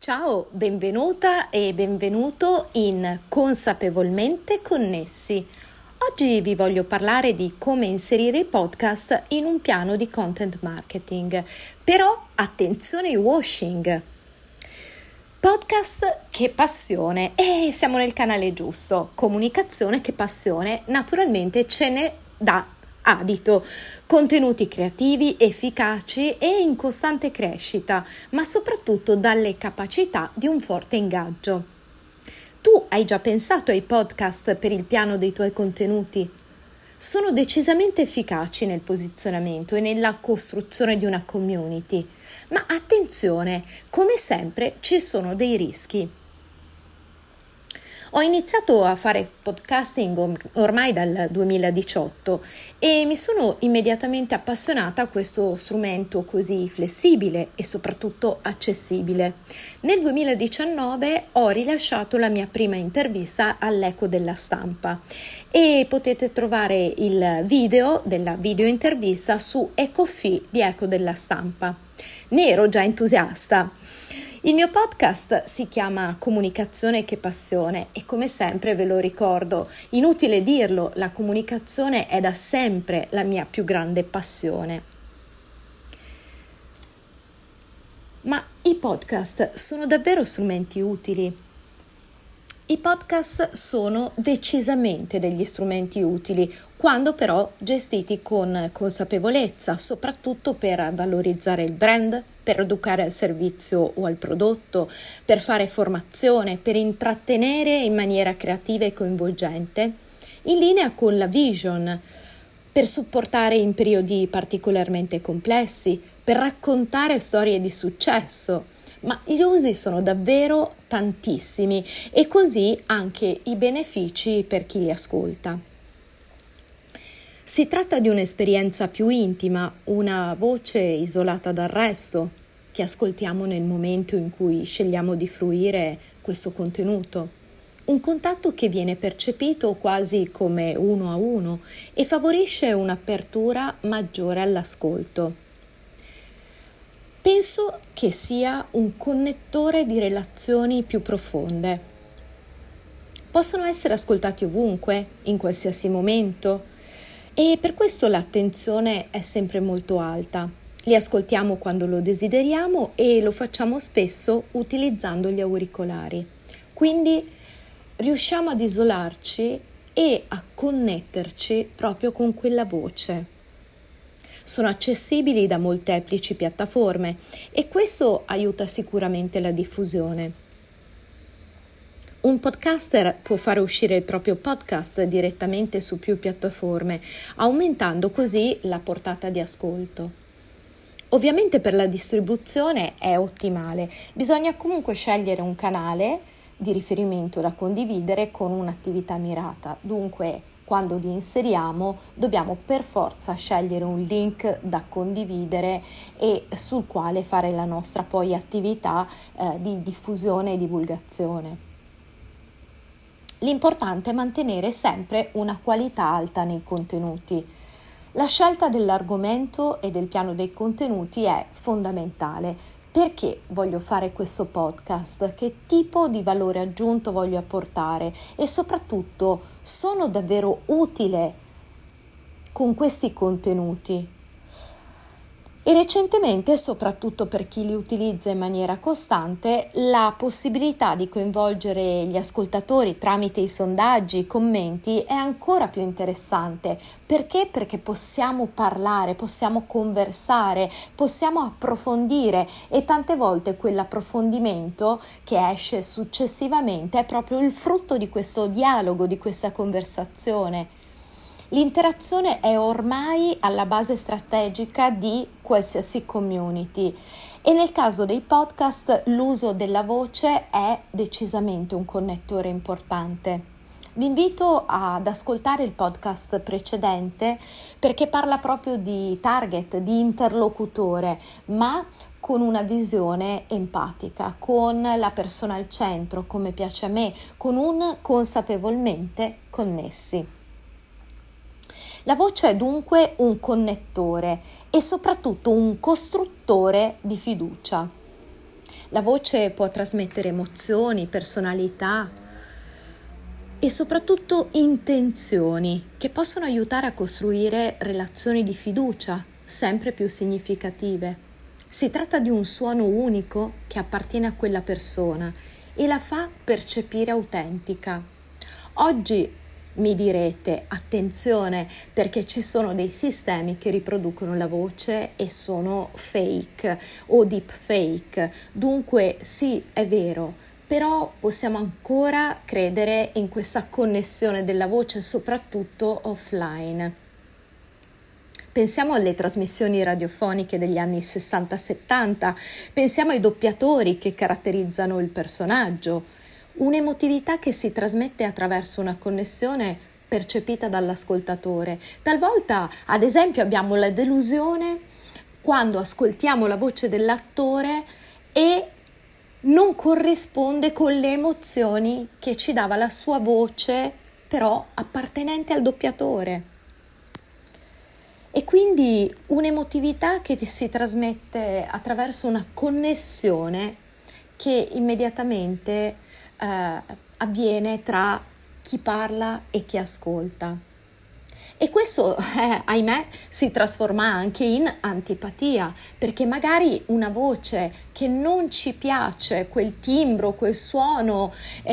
Ciao, benvenuta e benvenuto in Consapevolmente Connessi. Oggi vi voglio parlare di come inserire i podcast in un piano di content marketing. Però attenzione ai washing. Podcast che passione, e siamo nel canale giusto. Comunicazione che passione, naturalmente ce ne dà adito, contenuti creativi, efficaci e in costante crescita, ma soprattutto dalle capacità di un forte ingaggio. Tu hai già pensato ai podcast per il piano dei tuoi contenuti? Sono decisamente efficaci nel posizionamento e nella costruzione di una community, ma attenzione, come sempre ci sono dei rischi. Ho iniziato a fare podcasting ormai dal 2018 e mi sono immediatamente appassionata a questo strumento così flessibile e soprattutto accessibile. Nel 2019 ho rilasciato la mia prima intervista all'Eco della Stampa e potete trovare il video della video intervista su Ecofì di Eco della Stampa. Ne ero già entusiasta. Il mio podcast si chiama Comunicazione che passione e come sempre ve lo ricordo, inutile dirlo, la comunicazione è da sempre la mia più grande passione. Ma i podcast sono davvero strumenti utili? I podcast sono decisamente degli strumenti utili, quando però gestiti con consapevolezza, soprattutto per valorizzare il brand, per educare al servizio o al prodotto, per fare formazione, per intrattenere in maniera creativa e coinvolgente, in linea con la vision, per supportare in periodi particolarmente complessi, per raccontare storie di successo. Ma gli usi sono davvero tantissimi e così anche i benefici per chi li ascolta. Si tratta di un'esperienza più intima, una voce isolata dal resto, che ascoltiamo nel momento in cui scegliamo di fruire questo contenuto. Un contatto che viene percepito quasi come uno a uno e favorisce un'apertura maggiore all'ascolto. Penso che sia un connettore di relazioni più profonde. Possono essere ascoltati ovunque, in qualsiasi momento, e per questo l'attenzione è sempre molto alta. Li ascoltiamo quando lo desideriamo e lo facciamo spesso utilizzando gli auricolari. Quindi riusciamo ad isolarci e a connetterci proprio con quella voce. Sono accessibili da molteplici piattaforme e questo aiuta sicuramente la diffusione. Un podcaster può fare uscire il proprio podcast direttamente su più piattaforme, aumentando così la portata di ascolto. Ovviamente per la distribuzione è ottimale, bisogna comunque scegliere un canale di riferimento da condividere con un'attività mirata, dunque quando li inseriamo dobbiamo per forza scegliere un link da condividere e sul quale fare la nostra poi attività di diffusione e divulgazione. L'importante è mantenere sempre una qualità alta nei contenuti. La scelta dell'argomento e del piano dei contenuti è fondamentale. Perché voglio fare questo podcast? Che tipo di valore aggiunto voglio apportare? E soprattutto, sono davvero utile con questi contenuti? E recentemente, soprattutto per chi li utilizza in maniera costante, la possibilità di coinvolgere gli ascoltatori tramite i sondaggi, i commenti è ancora più interessante. Perché? Perché possiamo parlare, possiamo conversare, possiamo approfondire e tante volte quell'approfondimento che esce successivamente è proprio il frutto di questo dialogo, di questa conversazione. L'interazione è ormai alla base strategica di qualsiasi community e nel caso dei podcast l'uso della voce è decisamente un connettore importante. Vi invito ad ascoltare il podcast precedente perché parla proprio di target, di interlocutore, ma con una visione empatica, con la persona al centro, come piace a me, con un consapevolmente connessi. La voce è dunque un connettore e soprattutto un costruttore di fiducia. La voce può trasmettere emozioni, personalità e soprattutto intenzioni che possono aiutare a costruire relazioni di fiducia sempre più significative. Si tratta di un suono unico che appartiene a quella persona e la fa percepire autentica. Oggi mi direte, attenzione, perché ci sono dei sistemi che riproducono la voce e sono fake o deepfake. Dunque sì, è vero, però possiamo ancora credere in questa connessione della voce, soprattutto offline. Pensiamo alle trasmissioni radiofoniche degli anni 60-70, pensiamo ai doppiatori che caratterizzano il personaggio, un'emotività che si trasmette attraverso una connessione percepita dall'ascoltatore. Talvolta, ad esempio, abbiamo la delusione quando ascoltiamo la voce dell'attore e non corrisponde con le emozioni che ci dava la sua voce, però appartenente al doppiatore. E quindi un'emotività che si trasmette attraverso una connessione che immediatamente avviene tra chi parla e chi ascolta. E questo, ahimè, si trasforma anche in antipatia, perché magari una voce che non ci piace, quel timbro, quel suono,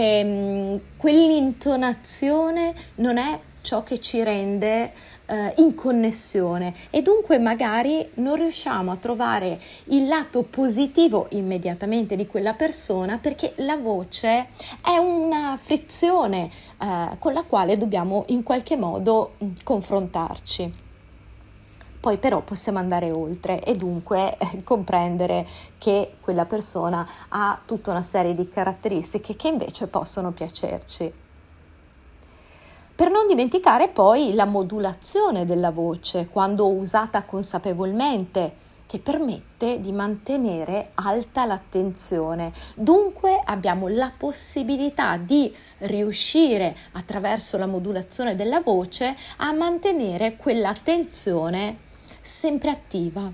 quell'intonazione non è ciò che ci rende in connessione e dunque magari non riusciamo a trovare il lato positivo immediatamente di quella persona, perché la voce è una frizione con la quale dobbiamo in qualche modo confrontarci. Poi però possiamo andare oltre e dunque comprendere che quella persona ha tutta una serie di caratteristiche che invece possono piacerci. Per non dimenticare poi la modulazione della voce, quando usata consapevolmente, che permette di mantenere alta l'attenzione. Dunque abbiamo la possibilità di riuscire, attraverso la modulazione della voce, a mantenere quell'attenzione sempre attiva.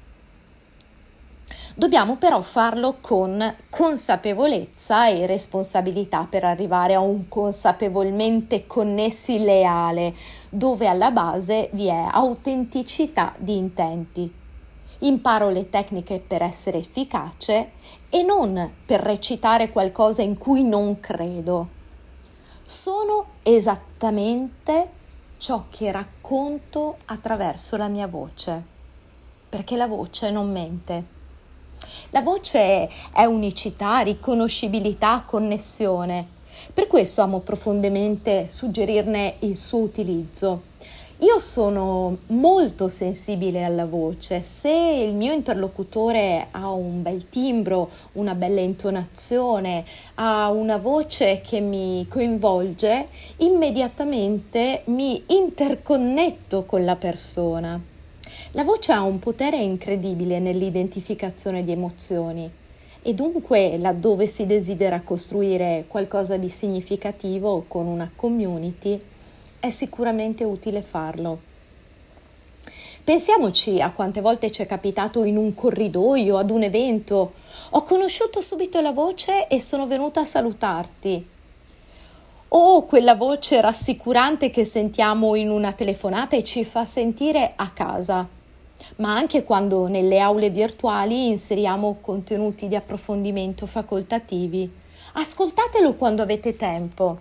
Dobbiamo però farlo con consapevolezza e responsabilità per arrivare a un consapevolmente connessi leale, dove alla base vi è autenticità di intenti. Imparo le tecniche per essere efficace e non per recitare qualcosa in cui non credo. Sono esattamente ciò che racconto attraverso la mia voce, perché la voce non mente. La voce è unicità, riconoscibilità, connessione. Per questo amo profondamente suggerirne il suo utilizzo. Io sono molto sensibile alla voce. Se il mio interlocutore ha un bel timbro, una bella intonazione, ha una voce che mi coinvolge, immediatamente mi interconnetto con la persona. La voce ha un potere incredibile nell'identificazione di emozioni e dunque laddove si desidera costruire qualcosa di significativo con una community è sicuramente utile farlo. Pensiamoci a quante volte ci è capitato in un corridoio, ad un evento, ho conosciuto subito la voce e sono venuta a salutarti. O quella voce rassicurante che sentiamo in una telefonata e ci fa sentire a casa. Ma anche quando nelle aule virtuali inseriamo contenuti di approfondimento facoltativi. Ascoltatelo quando avete tempo.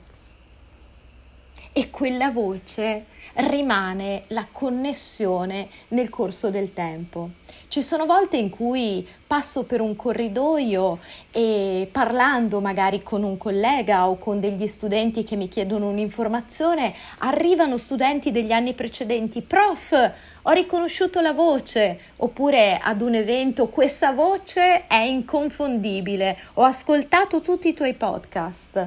E quella voce rimane la connessione nel corso del tempo. Ci sono volte in cui passo per un corridoio e parlando magari con un collega o con degli studenti che mi chiedono un'informazione, arrivano studenti degli anni precedenti: prof, ho riconosciuto la voce, oppure ad un evento: questa voce è inconfondibile, ho ascoltato tutti i tuoi podcast.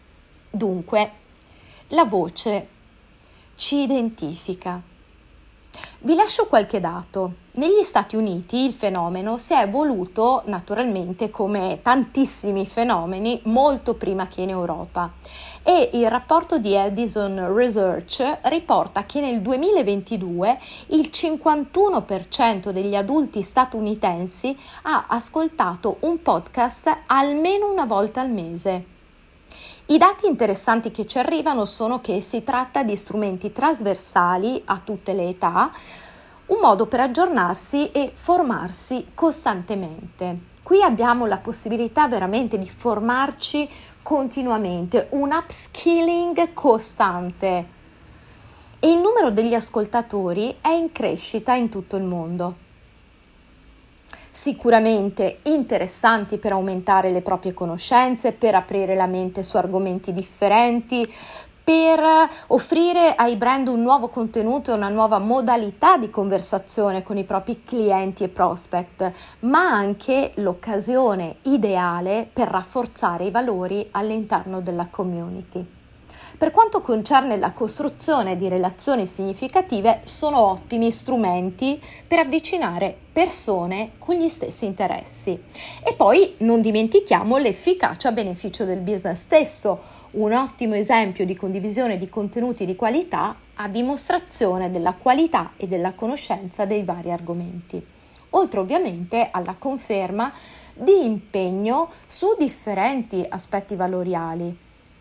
Dunque, la voce ci identifica Vi lascio qualche dato. Negli Stati Uniti il fenomeno si è evoluto naturalmente come tantissimi fenomeni molto prima che in Europa e il rapporto di Edison Research riporta che nel 2022 il 51% degli adulti statunitensi ha ascoltato un podcast almeno una volta al mese. I dati interessanti che ci arrivano sono che si tratta di strumenti trasversali a tutte le età, un modo per aggiornarsi e formarsi costantemente. Qui abbiamo la possibilità veramente di formarci continuamente, un upskilling costante e il numero degli ascoltatori è in crescita in tutto il mondo. Sicuramente interessanti per aumentare le proprie conoscenze, per aprire la mente su argomenti differenti, per offrire ai brand un nuovo contenuto e una nuova modalità di conversazione con i propri clienti e prospect, ma anche l'occasione ideale per rafforzare i valori all'interno della community. Per quanto concerne la costruzione di relazioni significative, sono ottimi strumenti per avvicinare persone con gli stessi interessi. E poi non dimentichiamo l'efficacia a beneficio del business stesso, un ottimo esempio di condivisione di contenuti di qualità a dimostrazione della qualità e della conoscenza dei vari argomenti. Oltre ovviamente alla conferma di impegno su differenti aspetti valoriali.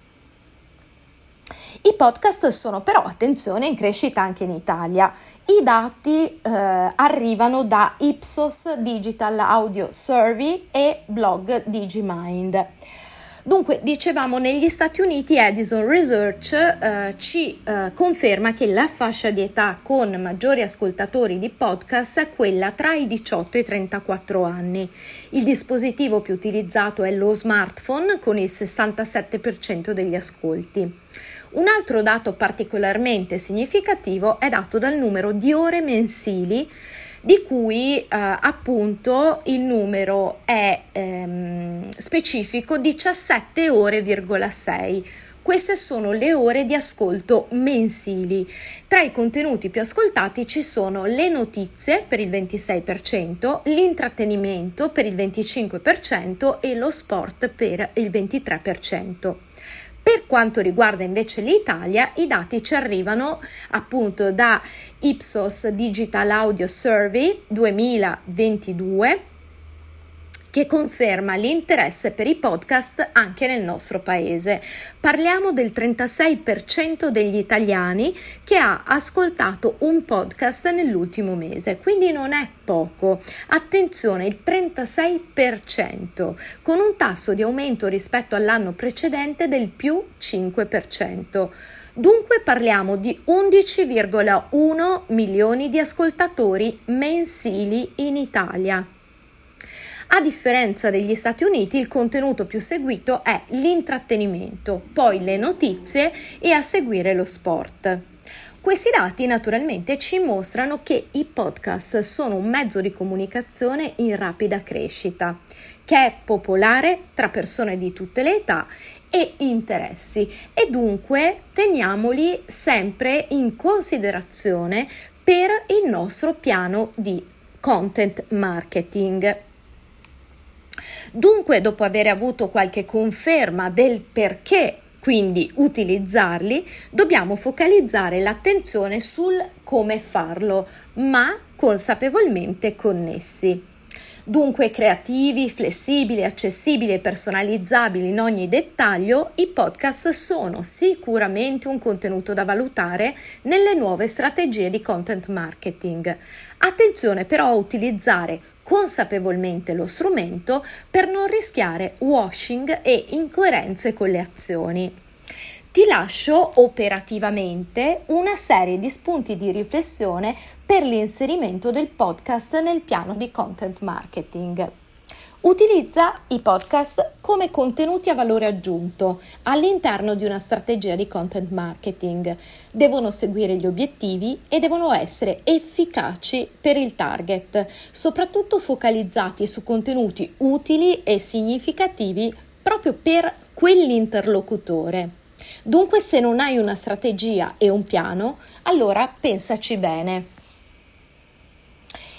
I podcast sono però, attenzione, in crescita anche in Italia. I dati arrivano da Ipsos Digital Audio Survey e blog Digimind. Dunque, dicevamo, negli Stati Uniti Edison Research ci conferma che la fascia di età con maggiori ascoltatori di podcast è quella tra i 18 e i 34 anni. Il dispositivo più utilizzato è lo smartphone con il 67% degli ascolti. Un altro dato particolarmente significativo è dato dal numero di ore mensili, di cui appunto il numero è specifico 17 ore,6. Queste sono le ore di ascolto mensili. Tra i contenuti più ascoltati ci sono le notizie per il 26%, l'intrattenimento per il 25% e lo sport per il 23%. Per quanto riguarda invece l'Italia, i dati ci arrivano appunto da Ipsos Digital Audio Survey 2022, che conferma l'interesse per i podcast anche nel nostro paese. Parliamo del 36% degli italiani che ha ascoltato un podcast nell'ultimo mese, quindi non è poco. Attenzione, il 36%, con un tasso di aumento rispetto all'anno precedente del più 5%. Dunque parliamo di 11,1 milioni di ascoltatori mensili in Italia. A differenza degli Stati Uniti, il contenuto più seguito è l'intrattenimento, poi le notizie e a seguire lo sport. Questi dati naturalmente ci mostrano che i podcast sono un mezzo di comunicazione in rapida crescita, che è popolare tra persone di tutte le età e interessi e dunque teniamoli sempre in considerazione per il nostro piano di content marketing. Dunque, dopo aver avuto qualche conferma del perché quindi utilizzarli, dobbiamo focalizzare l'attenzione sul come farlo, ma consapevolmente connessi. Dunque creativi, flessibili, accessibili e personalizzabili in ogni dettaglio, i podcast sono sicuramente un contenuto da valutare nelle nuove strategie di content marketing. Attenzione però a utilizzare consapevolmente lo strumento per non rischiare washing e incoerenze con le azioni. Ti lascio operativamente una serie di spunti di riflessione per l'inserimento del podcast nel piano di content marketing. Utilizza i podcast come contenuti a valore aggiunto all'interno di una strategia di content marketing. Devono seguire gli obiettivi e devono essere efficaci per il target, soprattutto focalizzati su contenuti utili e significativi proprio per quell'interlocutore. Dunque, se non hai una strategia e un piano, allora pensaci bene.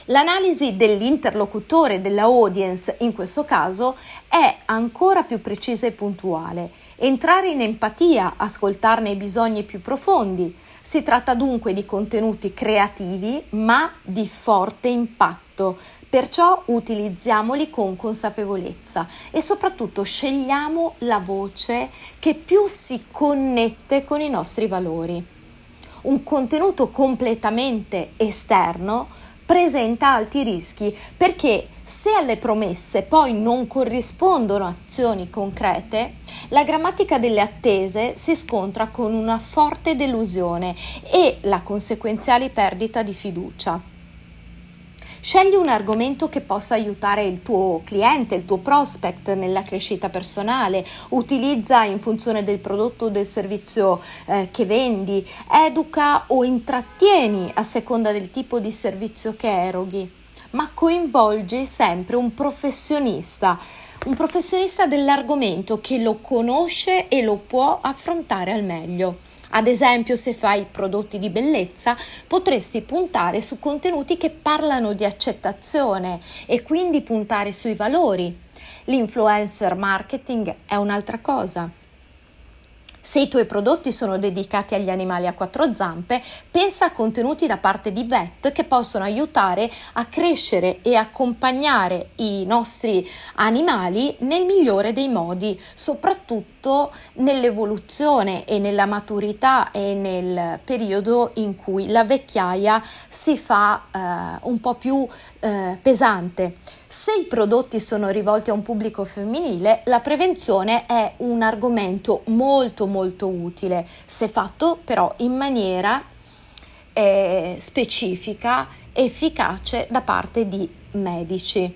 L'analisi dell'interlocutore, della audience in questo caso, è ancora più precisa e puntuale. Entrare in empatia, ascoltarne i bisogni più profondi. Si tratta dunque di contenuti creativi ma di forte impatto, perciò utilizziamoli con consapevolezza e soprattutto scegliamo la voce che più si connette con i nostri valori. Un contenuto completamente esterno presenta alti rischi perché se alle promesse poi non corrispondono azioni concrete, la grammatica delle attese si scontra con una forte delusione e la conseguenziale perdita di fiducia. Scegli un argomento che possa aiutare il tuo cliente, il tuo prospect nella crescita personale, utilizza in funzione del prodotto o del servizio che vendi, educa o intrattieni a seconda del tipo di servizio che eroghi, ma coinvolgi sempre un professionista dell'argomento che lo conosce e lo può affrontare al meglio. Ad esempio, se fai prodotti di bellezza, potresti puntare su contenuti che parlano di accettazione e quindi puntare sui valori. L'influencer marketing è un'altra cosa. Se i tuoi prodotti sono dedicati agli animali a quattro zampe, pensa a contenuti da parte di vet che possono aiutare a crescere e accompagnare i nostri animali nel migliore dei modi, soprattutto nell'evoluzione e nella maturità e nel periodo in cui la vecchiaia si fa un po' più pesante. Se i prodotti sono rivolti a un pubblico femminile, la prevenzione è un argomento molto utile, se fatto però in maniera specifica, efficace da parte di medici.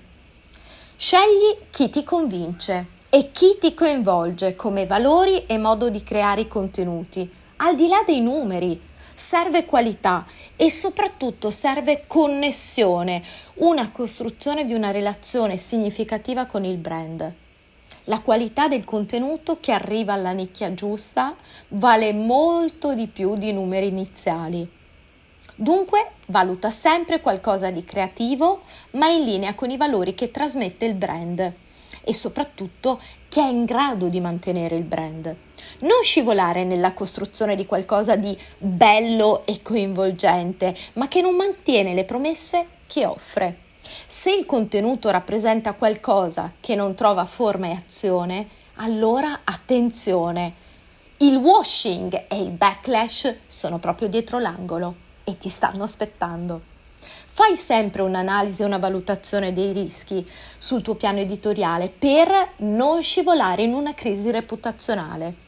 Scegli chi ti convince e chi ti coinvolge come valori e modo di creare i contenuti. Al di là dei numeri, serve qualità e soprattutto serve connessione, una costruzione di una relazione significativa con il brand. La qualità del contenuto che arriva alla nicchia giusta vale molto di più di numeri iniziali. Dunque, valuta sempre qualcosa di creativo, ma in linea con i valori che trasmette il brand e soprattutto che è in grado di mantenere il brand. Non scivolare nella costruzione di qualcosa di bello e coinvolgente, ma che non mantiene le promesse che offre. Se il contenuto rappresenta qualcosa che non trova forma e azione, allora attenzione! Il washing e il backlash sono proprio dietro l'angolo e ti stanno aspettando. Fai sempre un'analisi e una valutazione dei rischi sul tuo piano editoriale per non scivolare in una crisi reputazionale.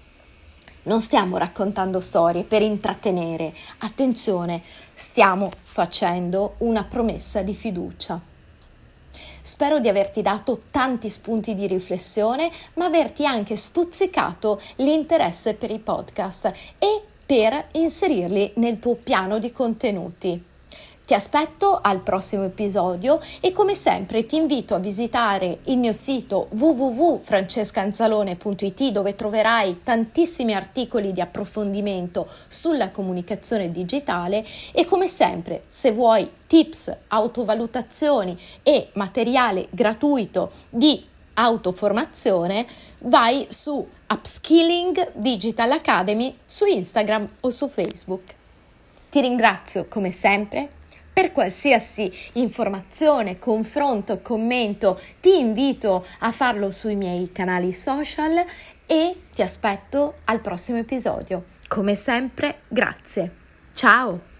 Non stiamo raccontando storie per intrattenere, attenzione, stiamo facendo una promessa di fiducia. Spero di averti dato tanti spunti di riflessione, ma averti anche stuzzicato l'interesse per i podcast e per inserirli nel tuo piano di contenuti. Ti aspetto al prossimo episodio e come sempre ti invito a visitare il mio sito www.francescanzalone.it dove troverai tantissimi articoli di approfondimento sulla comunicazione digitale e come sempre se vuoi tips, autovalutazioni e materiale gratuito di autoformazione vai su Upskilling Digital Academy su Instagram o su Facebook. Ti ringrazio come sempre. Per qualsiasi informazione, confronto e commento ti invito a farlo sui miei canali social e ti aspetto al prossimo episodio. Come sempre, grazie. Ciao!